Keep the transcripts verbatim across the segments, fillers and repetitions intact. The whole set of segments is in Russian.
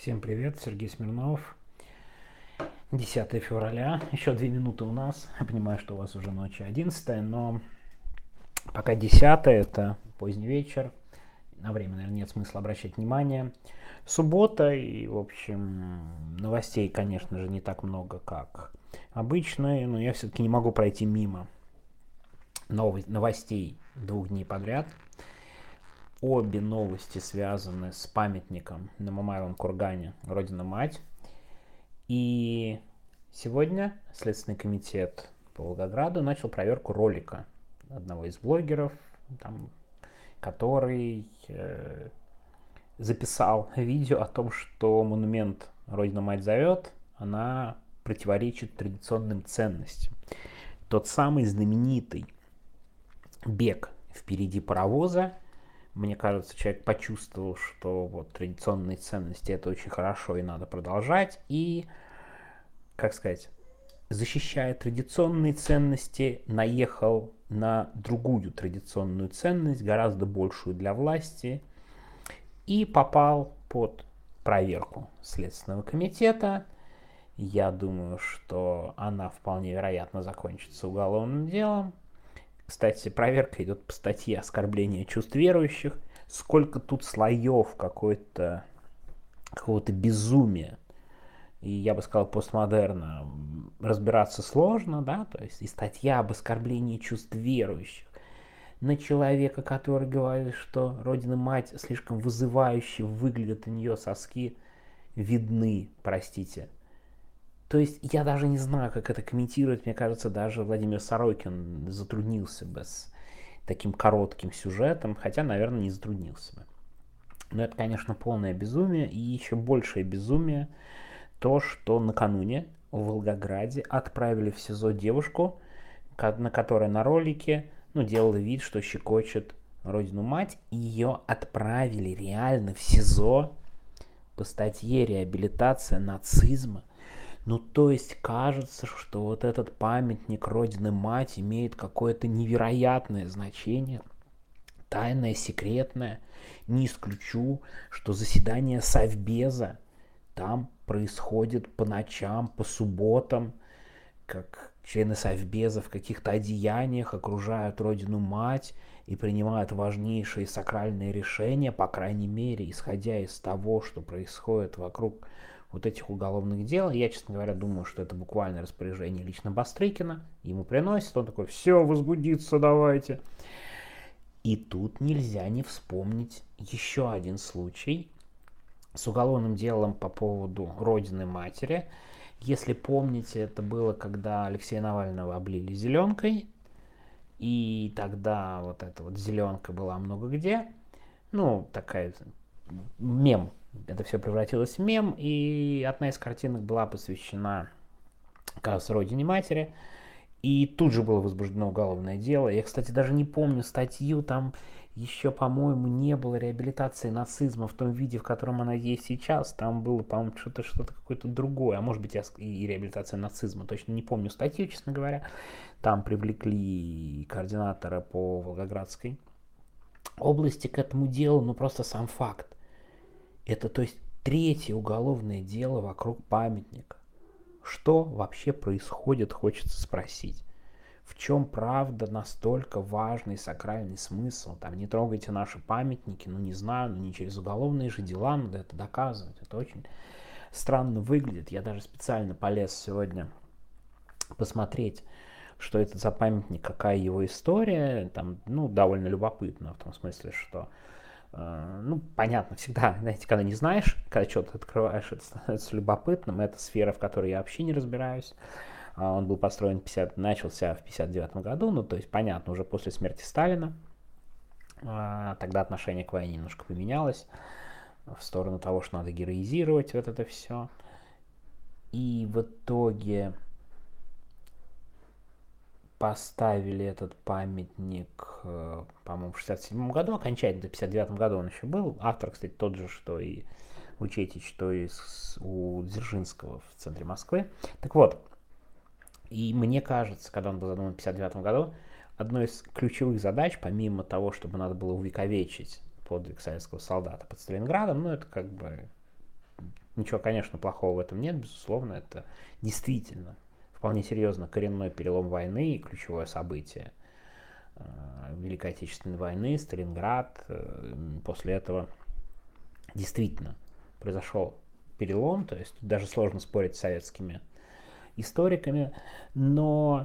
Всем привет, Сергей Смирнов. десятое февраля, еще две минуты у нас. Я понимаю, что у вас уже ночь одиннадцатое, но пока десятое, это поздний вечер. На время, наверное, нет смысла обращать внимание. Суббота, и, в общем, новостей, конечно же, не так много, как обычно, но я все-таки не могу пройти мимо новостей, новостей двух дней подряд. Обе новости связаны с памятником на Мамаевом кургане «Родина-мать». И сегодня Следственный комитет по Волгограду начал проверку ролика одного из блогеров, там, который э, записал видео о том, что монумент «Родина-мать зовет», она противоречит традиционным ценностям. Тот самый знаменитый бег впереди паровоза. Мне кажется, человек почувствовал, что вот традиционные ценности это очень хорошо и надо продолжать. И, как сказать, защищая традиционные ценности, наехал на другую традиционную ценность, гораздо большую для власти, и попал под проверку Следственного комитета. Я думаю, что она вполне вероятно закончится уголовным делом. Кстати, проверка идет по статье «Оскорбление чувств верующих». Сколько тут слоев какой-то, какого-то безумия. И я бы сказал, постмодерна разбираться сложно, да, то есть и статья об оскорблении чувств верующих на человека, который говорит, что Родина-мать слишком вызывающе выглядит, у нее соски видны, простите. То есть я даже не знаю, как это комментировать. Мне кажется, даже Владимир Сорокин затруднился бы с таким коротким сюжетом, хотя, наверное, не затруднился бы. Но это, конечно, полное безумие, и еще большее безумие то, что накануне в Волгограде отправили в СИЗО девушку, на которой на ролике ну, делала вид, что щекочет Родину-мать, и ее отправили реально в СИЗО по статье «Реабилитация нацизма». Ну, то есть кажется, что вот этот памятник Родины-мать имеет какое-то невероятное значение, тайное, секретное. Не исключу, что заседание Совбеза там происходит по ночам, по субботам, как члены Совбеза в каких-то одеяниях окружают Родину-мать и принимают важнейшие сакральные решения, по крайней мере, исходя из того, что происходит вокруг вот этих уголовных дел. Я, честно говоря, думаю, что это буквально распоряжение лично Бастрыкина. Ему приносит, он такой: все, возбудиться давайте. И тут нельзя не вспомнить еще один случай с уголовным делом по поводу Родины-матери. Если помните, это было, когда Алексея Навального облили зеленкой, и тогда вот эта вот зеленка была много где. Ну, такая мем. Это все превратилось в мем, и одна из картинок была посвящена как раз Родине-матери. И тут же было возбуждено уголовное дело. Я, кстати, даже не помню статью, там еще, по-моему, не было реабилитации нацизма в том виде, в котором она есть сейчас. Там было, по-моему, что-то, что-то какое-то другое. А может быть, и реабилитация нацизма. Точно не помню статью, честно говоря. Там привлекли координатора по Волгоградской области к этому делу. Ну, просто сам факт. Это, то есть, третье уголовное дело вокруг памятника. Что вообще происходит, хочется спросить. В чем правда настолько важный сакральный смысл? Там не трогайте наши памятники, ну не знаю, ну не через уголовные же дела надо это доказывать. Это очень странно выглядит. Я даже специально полез сегодня посмотреть, что это за памятник, какая его история. Там, ну, довольно любопытно, в том смысле, что ну, понятно, всегда, знаете, когда не знаешь, когда что-то открываешь, это становится любопытным. Это сфера, в которой я вообще не разбираюсь. Он был построен в пятьдесят, начался в пятьдесят девятом году, ну, то есть, понятно, уже после смерти Сталина. Тогда отношение к войне немножко поменялось в сторону того, что надо героизировать вот это все. И в итоге поставили этот памятник, по-моему, в шестьдесят седьмом году, окончательно, в пятьдесят девятом году он еще был. Автор, кстати, тот же, что и у Четич, что и у Дзержинского в центре Москвы. Так вот, и мне кажется, когда он был задуман в пятьдесят девятом году, одной из ключевых задач, помимо того, чтобы надо было увековечить подвиг советского солдата под Сталинградом, ну, это как бы Ничего, конечно, плохого в этом нет, безусловно, это действительно вполне серьезно коренной перелом войны и ключевое событие Великой Отечественной войны, Сталинград. После этого действительно произошел перелом, то есть даже сложно спорить с советскими историками, но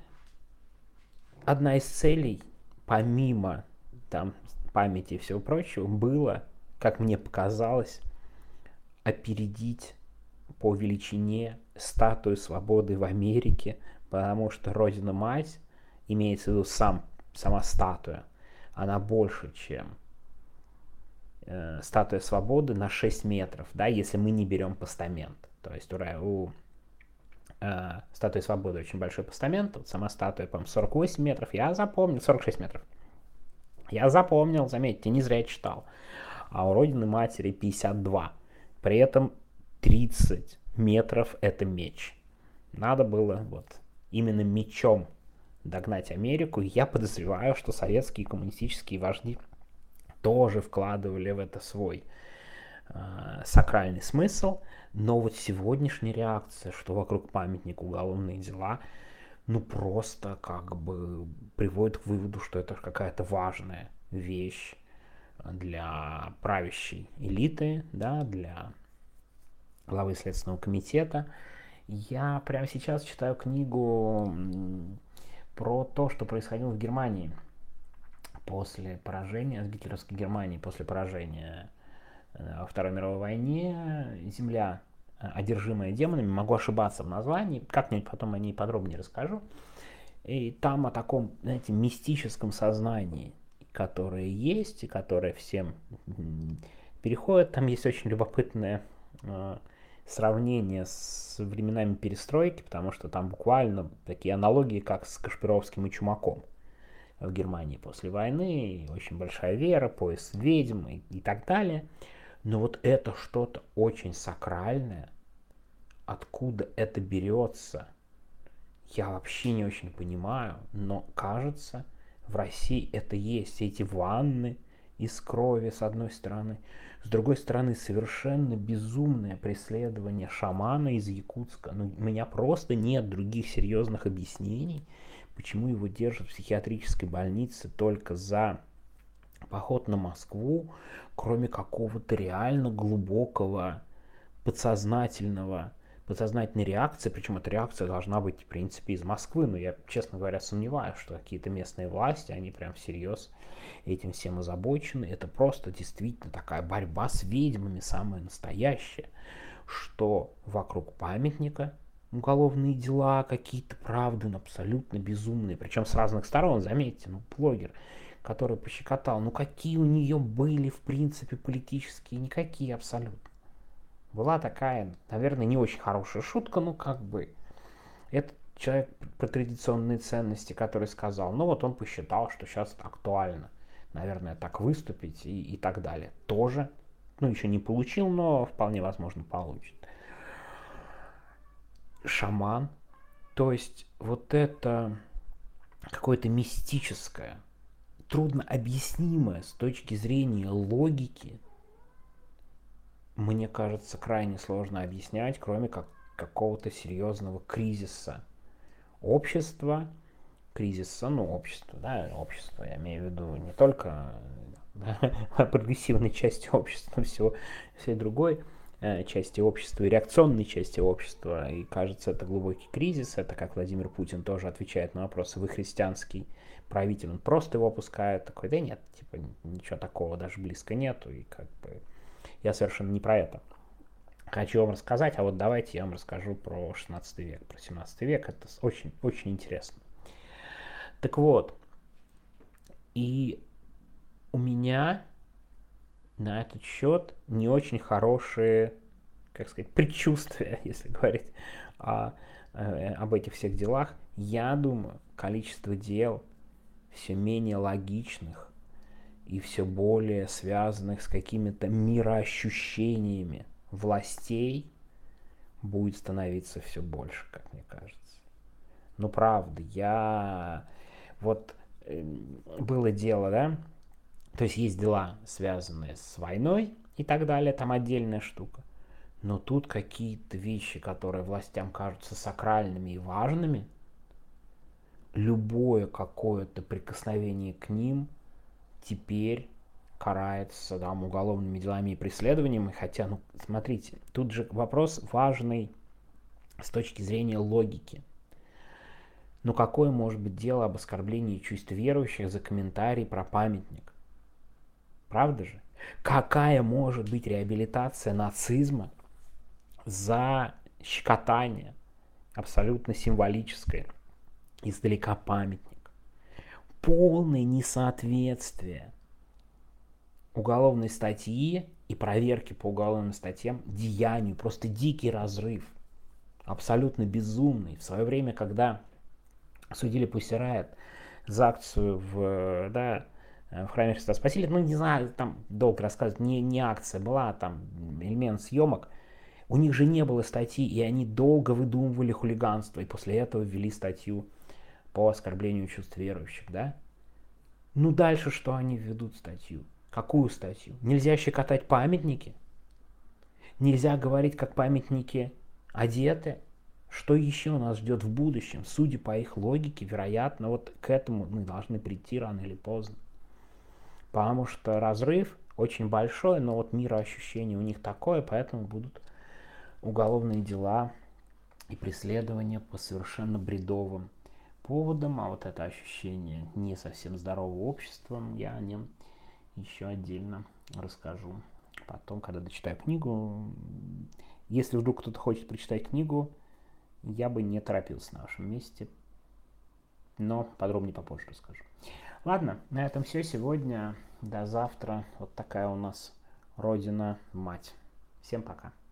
одна из целей, помимо там памяти и всего прочего, было, как мне показалось, опередить по величине статую свободы в Америке, потому что Родина-Мать, имеется в виду сам, сама статуя, она больше, чем э, статуя свободы на шесть метров, да, если мы не берем постамент. То есть у, у э, статуи свободы очень большой постамент, вот сама статуя, по-моему, сорок восемь метров, я запомнил, сорок шесть метров. Я запомнил, заметьте, не зря читал. А у Родины Матери пятьдесят два. При этом тридцать метров это меч. Надо было вот именно мечом догнать Америку. И я подозреваю, что советские коммунистические вожди тоже вкладывали в это свой э, сакральный смысл. Но вот сегодняшняя реакция, что вокруг памятника уголовные дела, ну просто как бы приводит к выводу, что это какая-то важная вещь для правящей элиты, да, для главы Следственного комитета. Я прямо сейчас читаю книгу про то, что происходило в Германии после поражения, с гитлеровской Германии после поражения во Второй мировой войне. Земля, одержимая демонами, могу ошибаться в названии, как-нибудь потом о ней подробнее расскажу. И там о таком, знаете, мистическом сознании, которое есть и которое всем переходит. Там есть очень любопытное э, сравнение с временами перестройки, потому что там буквально такие аналогии, как с Кашпировским и Чумаком в Германии после войны. Очень большая вера, поиск ведьм и, и так далее. Но вот это что-то очень сакральное. Откуда это берется, я вообще не очень понимаю, но кажется, в России это есть. Все эти ванны из крови, с одной стороны. С другой стороны, совершенно безумное преследование шамана из Якутска. Ну, у меня просто нет других серьезных объяснений, почему его держат в психиатрической больнице только за поход на Москву, кроме какого-то реально глубокого подсознательного подсознательной реакции, причем эта реакция должна быть, в принципе, из Москвы, но я, честно говоря, сомневаюсь, что какие-то местные власти, они прям всерьез этим всем озабочены. Это просто действительно такая борьба с ведьмами, самая настоящая, что вокруг памятника уголовные дела, какие-то правды абсолютно безумные, причем с разных сторон, заметьте, ну, блогер, который пощекотал, ну, какие у нее были, в принципе, политические, никакие абсолютно. Была такая, наверное, не очень хорошая шутка, ну как бы. Этот человек про традиционные ценности, который сказал, ну вот он посчитал, что сейчас это актуально, наверное, так выступить и, и так далее. Тоже, ну еще не получил, но вполне возможно получит. Шаман, то есть вот это какое-то мистическое, трудно объяснимое с точки зрения логики, мне кажется, крайне сложно объяснять, кроме как какого-то серьезного кризиса общества, кризиса, ну, общества, да, общество, я имею в виду не только да, прогрессивной части общества, но всего, всей другой э, части общества и реакционной части общества, и кажется, это глубокий кризис, это как Владимир Путин тоже отвечает на вопросы, вы христианский правитель, он просто его опускает, такой, да нет, типа, ничего такого даже близко нету, и как бы я совершенно не про это хочу вам рассказать, а вот давайте я вам расскажу про шестнадцатый век, про семнадцатый век, это очень-очень интересно. Так вот, и у меня на этот счет не очень хорошие, как сказать, предчувствия, если говорить о, э, об этих всех делах. Я думаю, количество дел все менее логичных и все более связанных с какими-то мироощущениями властей будет становиться все больше, как мне кажется. Ну, правда, я... Вот э, было дело, да? То есть есть дела, связанные с войной и так далее, там отдельная штука. Но тут какие-то вещи, которые властям кажутся сакральными и важными, любое какое-то прикосновение к ним теперь карается там, уголовными делами и преследованиями. Хотя, ну, смотрите, тут же вопрос важный с точки зрения логики. Но какое может быть дело об оскорблении чувств верующих за комментарий про памятник? Правда же? Какая может быть реабилитация нацизма за щекотание абсолютно символическое, издалека памятник? Полное несоответствие уголовной статьи и проверки по уголовным статьям деянию, просто дикий разрыв, абсолютно безумный. В свое время, когда судили Pussy Riot за акцию в, да, в храме Христа Спасителя, ну не знаю, там долго рассказывать, не, не акция была, там элемент съемок, у них же не было статьи, и они долго выдумывали хулиганство, и после этого ввели статью по оскорблению чувств верующих, да? Ну дальше что они введут статью? Какую статью? Нельзя щекотать памятники? Нельзя говорить, как памятники одеты? Что еще нас ждет в будущем? Судя по их логике, вероятно, вот к этому мы должны прийти рано или поздно. Потому что разрыв очень большой, но вот мироощущение у них такое, поэтому будут уголовные дела и преследования по совершенно бредовым поводам. А вот это ощущение не совсем здорового общества, я о нем еще отдельно расскажу потом, когда дочитаю книгу. Если вдруг кто-то хочет прочитать книгу, я бы не торопился на вашем месте, но подробнее попозже расскажу. Ладно, на этом все сегодня. До завтра. Вот такая у нас Родина-мать. Всем пока.